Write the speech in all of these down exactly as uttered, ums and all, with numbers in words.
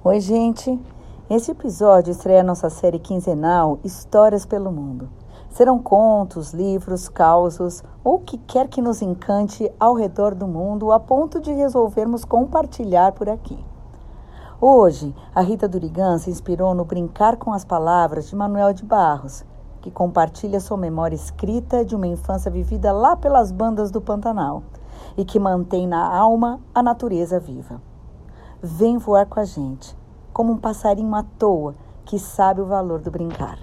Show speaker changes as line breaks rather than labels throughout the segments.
Oi, gente! Esse episódio estreia a nossa série quinzenal Histórias pelo Mundo. Serão contos, livros, causos ou o que quer que nos encante ao redor do mundo a ponto de resolvermos compartilhar por aqui. Hoje, a Rita Durigan se inspirou no Brincar com as Palavras de Manuel de Barros, que compartilha sua memória escrita de uma infância vivida lá pelas bandas do Pantanal e que mantém na alma a natureza viva. Vem voar com a gente, como um passarinho à toa que sabe o valor do brincar.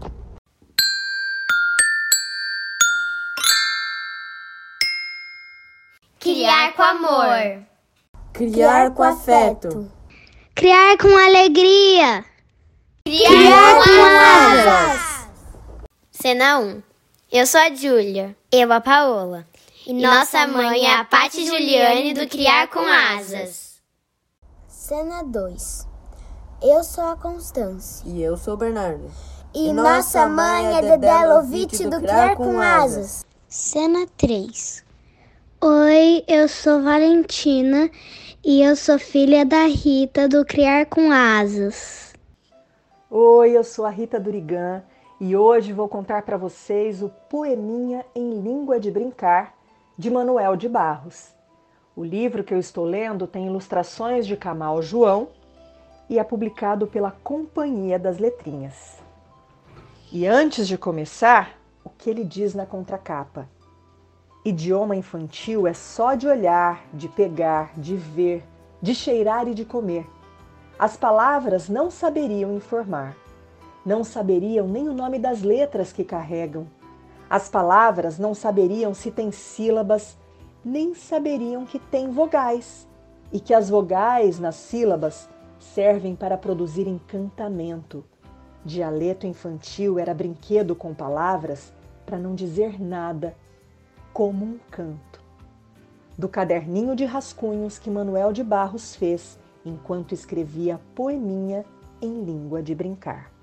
Criar com amor.
Criar com afeto.
Criar com alegria.
Criar, Criar com asas. Cena um. Eu sou a Júlia. Eu a Paola. E, e nossa mãe é a Paty Juliane do Criar com Asas.
Cena dois. Eu sou a Constância.
E eu sou o Bernardo.
E, e nossa mãe é Dedé Lovitch do Criar com Asas.
Cena três. Oi, eu sou Valentina e eu sou filha da Rita do Criar com Asas.
Oi, eu sou a Rita Durigan e hoje vou contar para vocês o Poeminha em Língua de Brincar, de Manuel de Barros. O livro que eu estou lendo tem ilustrações de Camal João e é publicado pela Companhia das Letrinhas. E antes de começar, o que ele diz na contracapa? Idioma infantil é só de olhar, de pegar, de ver, de cheirar e de comer. As palavras não saberiam informar. Não saberiam nem o nome das letras que carregam. As palavras não saberiam se têm sílabas, nem saberiam que têm vogais, e que as vogais nas sílabas servem para produzir encantamento. Dialeto infantil era brinquedo com palavras para não dizer nada, como um canto. Do caderninho de rascunhos que Manuel de Barros fez enquanto escrevia Poeminha em Língua de Brincar.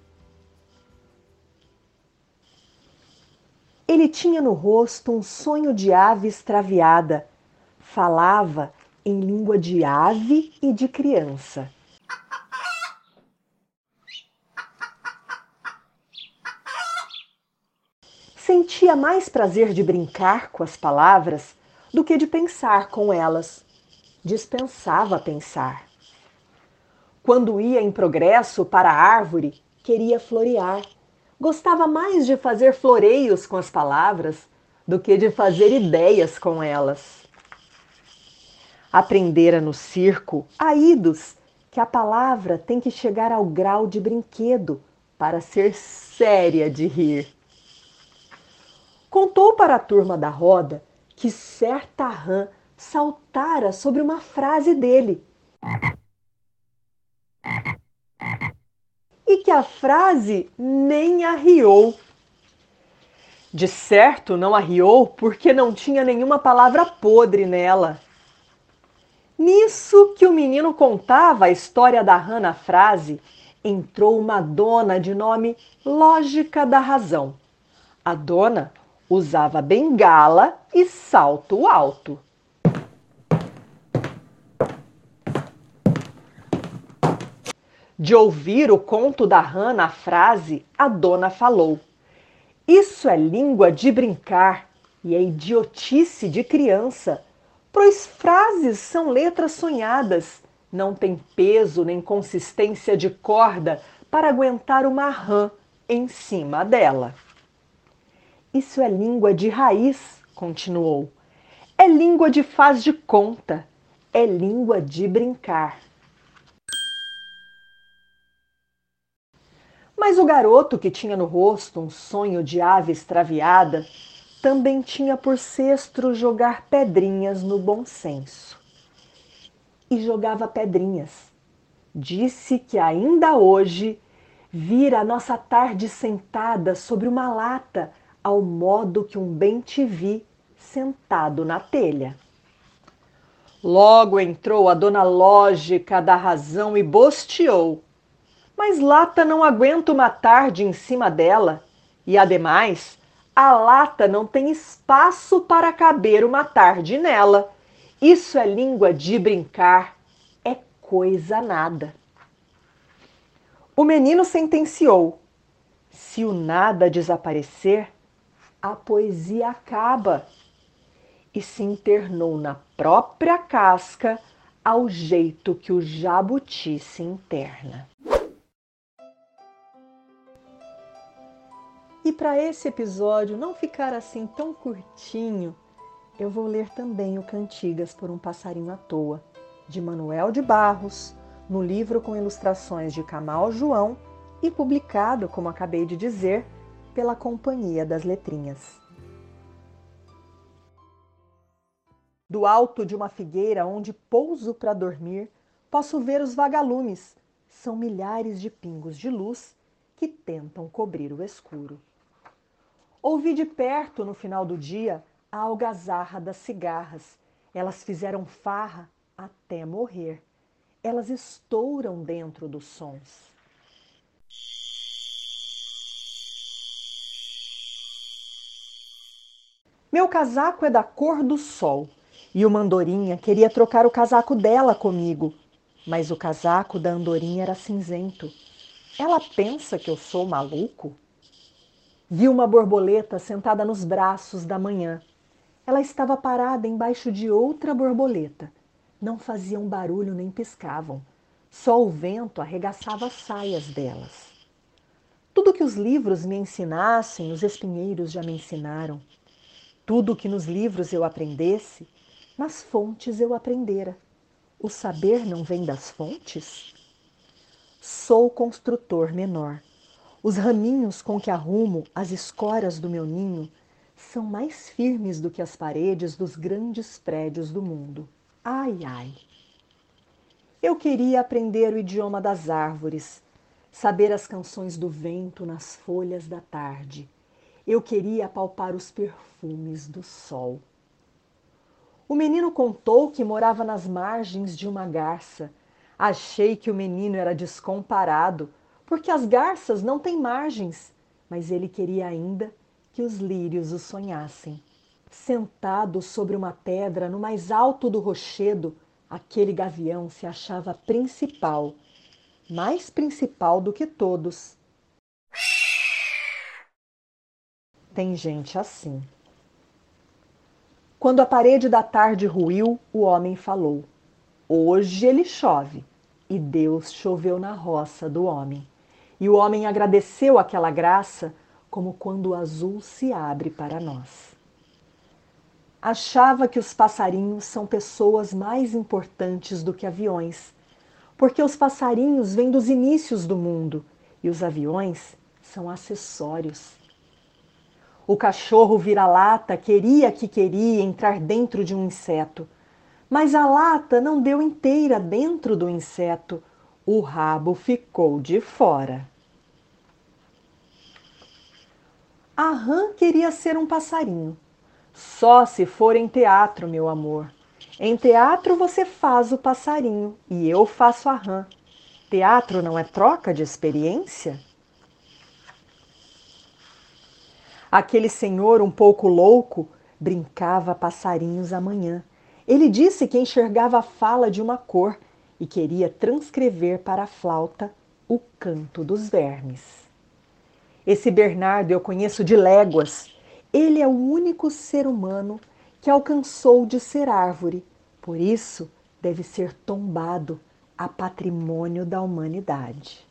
Ele tinha no rosto um sonho de ave extraviada. Falava em língua de ave e de criança. Sentia mais prazer de brincar com as palavras do que de pensar com elas. Dispensava pensar. Quando ia em progresso para a árvore, queria florear. Gostava mais de fazer floreios com as palavras do que de fazer ideias com elas. Aprendera no circo, a idos, que a palavra tem que chegar ao grau de brinquedo para ser séria de rir. Contou para a turma da roda que certa rã saltara sobre uma frase dele e que a frase nem arriou. De certo não arriou porque não tinha nenhuma palavra podre nela. Nisso que o menino contava a história da rã na frase, entrou uma dona de nome Lógica da Razão. A dona usava bengala e salto alto. De ouvir o conto da rã na frase, a dona falou: isso é língua de brincar e é idiotice de criança, pois frases são letras sonhadas, não tem peso nem consistência de corda para aguentar uma rã em cima dela. Isso é língua de raiz, continuou. É língua de faz de conta, é língua de brincar. Mas o garoto que tinha no rosto um sonho de ave extraviada também tinha por sestro jogar pedrinhas no bom senso. E jogava pedrinhas. Disse que ainda hoje vira a nossa tarde sentada sobre uma lata ao modo que um bem-te-vi sentado na telha. Logo entrou a dona Lógica da Razão e bosteou. Mas lata não aguenta uma tarde em cima dela, e, ademais, a lata não tem espaço para caber uma tarde nela. Isso é língua de brincar, é coisa nada. O menino sentenciou: se o nada desaparecer, a poesia acaba. E se internou na própria casca, ao jeito que o jabuti se interna. E para esse episódio não ficar assim tão curtinho, eu vou ler também o Cantigas por um Passarinho à Toa, de Manuel de Barros, no livro com ilustrações de Camal João e publicado, como acabei de dizer, pela Companhia das Letrinhas. Do alto de uma figueira onde pouso para dormir, posso ver os vagalumes. São milhares de pingos de luz que tentam cobrir o escuro. Ouvi de perto, no final do dia, a algazarra das cigarras. Elas fizeram farra até morrer. Elas estouram dentro dos sons. Meu casaco é da cor do sol. E uma andorinha queria trocar o casaco dela comigo, mas o casaco da andorinha era cinzento. Ela pensa que eu sou maluco? Vi uma borboleta sentada nos braços da manhã. Ela estava parada embaixo de outra borboleta. Não faziam barulho nem piscavam. Só o vento arregaçava as saias delas. Tudo que os livros me ensinassem, os espinheiros já me ensinaram. Tudo que nos livros eu aprendesse, nas fontes eu aprendera. O saber não vem das fontes? Sou construtor menor. Os raminhos com que arrumo as escoras do meu ninho são mais firmes do que as paredes dos grandes prédios do mundo. Ai, ai! Eu queria aprender o idioma das árvores, saber as canções do vento nas folhas da tarde. Eu queria apalpar os perfumes do sol. O menino contou que morava nas margens de uma garça. Achei que o menino era descomparado, porque as garças não têm margens, mas ele queria ainda que os lírios o sonhassem. Sentado sobre uma pedra no mais alto do rochedo, aquele gavião se achava principal, mais principal do que todos. Tem gente assim. Quando a parede da tarde ruiu, o homem falou: hoje ele chove. E Deus choveu na roça do homem. E o homem agradeceu aquela graça, como quando o azul se abre para nós. Achava que os passarinhos são pessoas mais importantes do que aviões, porque os passarinhos vêm dos inícios do mundo e os aviões são acessórios. O cachorro vira-lata queria que queria entrar dentro de um inseto, mas a lata não deu inteira dentro do inseto, o rabo ficou de fora. A rã queria ser um passarinho. Só se for em teatro, meu amor. Em teatro você faz o passarinho e eu faço a rã. Teatro não é troca de experiência? Aquele senhor um pouco louco brincava passarinhos amanhã. Ele disse que enxergava a fala de uma cor e queria transcrever para a flauta o canto dos vermes. Esse Bernardo eu conheço de léguas. Ele é o único ser humano que alcançou de ser árvore. Por isso, deve ser tombado a patrimônio da humanidade.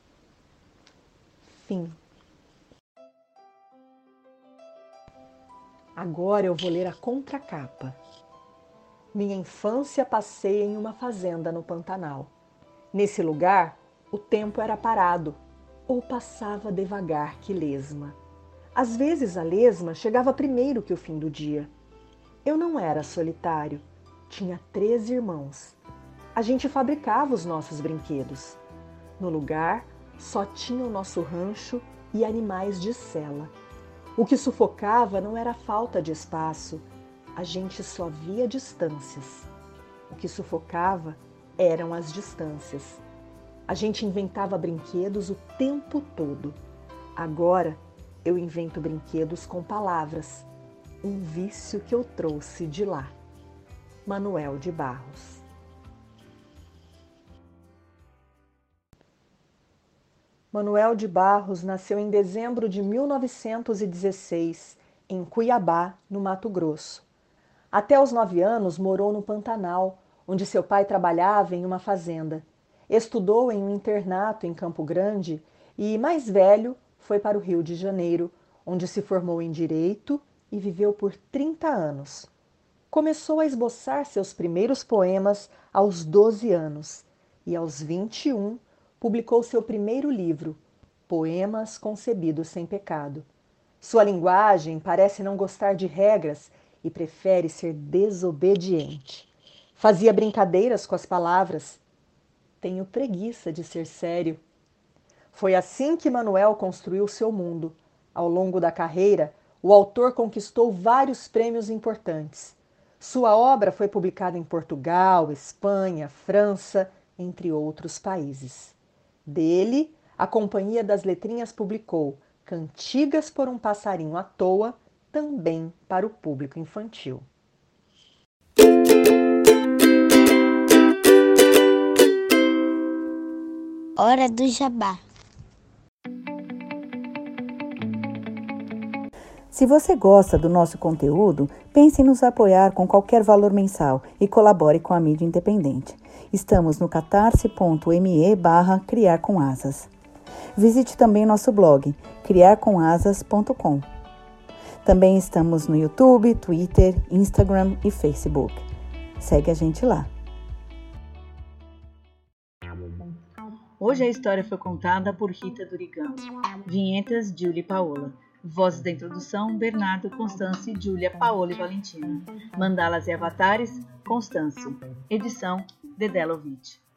Fim. Agora eu vou ler a contracapa. Minha infância passei em uma fazenda no Pantanal. Nesse lugar, o tempo era parado, ou passava devagar que lesma. Às vezes a lesma chegava primeiro que o fim do dia. Eu não era solitário, tinha três irmãos. A gente fabricava os nossos brinquedos. No lugar, só tinha o nosso rancho e animais de sela. O que sufocava não era a falta de espaço, a gente só via distâncias. O que sufocava eram as distâncias. A gente inventava brinquedos o tempo todo. Agora eu invento brinquedos com palavras, um vício que eu trouxe de lá. Manuel de Barros. Manuel de Barros nasceu em dezembro de mil novecentos e dezesseis, em Cuiabá, no Mato Grosso. Até os nove anos morou no Pantanal, onde seu pai trabalhava em uma fazenda. Estudou em um internato em Campo Grande e, mais velho, foi para o Rio de Janeiro, onde se formou em Direito e viveu por trinta anos. Começou a esboçar seus primeiros poemas aos doze anos e, aos vinte e um, publicou seu primeiro livro, Poemas Concebidos Sem Pecado. Sua linguagem parece não gostar de regras e prefere ser desobediente. Fazia brincadeiras com as palavras. Tenho preguiça de ser sério. Foi assim que Manuel construiu seu mundo. Ao longo da carreira, o autor conquistou vários prêmios importantes. Sua obra foi publicada em Portugal, Espanha, França, entre outros países. Dele, a Companhia das Letrinhas publicou Cantigas por um Passarinho à Toa, também para o público infantil.
Hora do Jabá.
Se você gosta do nosso conteúdo, pense em nos apoiar com qualquer valor mensal e colabore com a mídia independente. Estamos no catarse.me barra criar com asas. Visite também nosso blog, criar com asas ponto com. Também estamos no YouTube, Twitter, Instagram e Facebook. Segue a gente lá. Hoje a história foi contada por Rita Durigan. Vinhetas, Júlia e Paola. Vozes da introdução, Bernardo, Constance, Júlia, Paola e Valentina. Mandalas e avatares, Constance. Edição, Dedelovitch.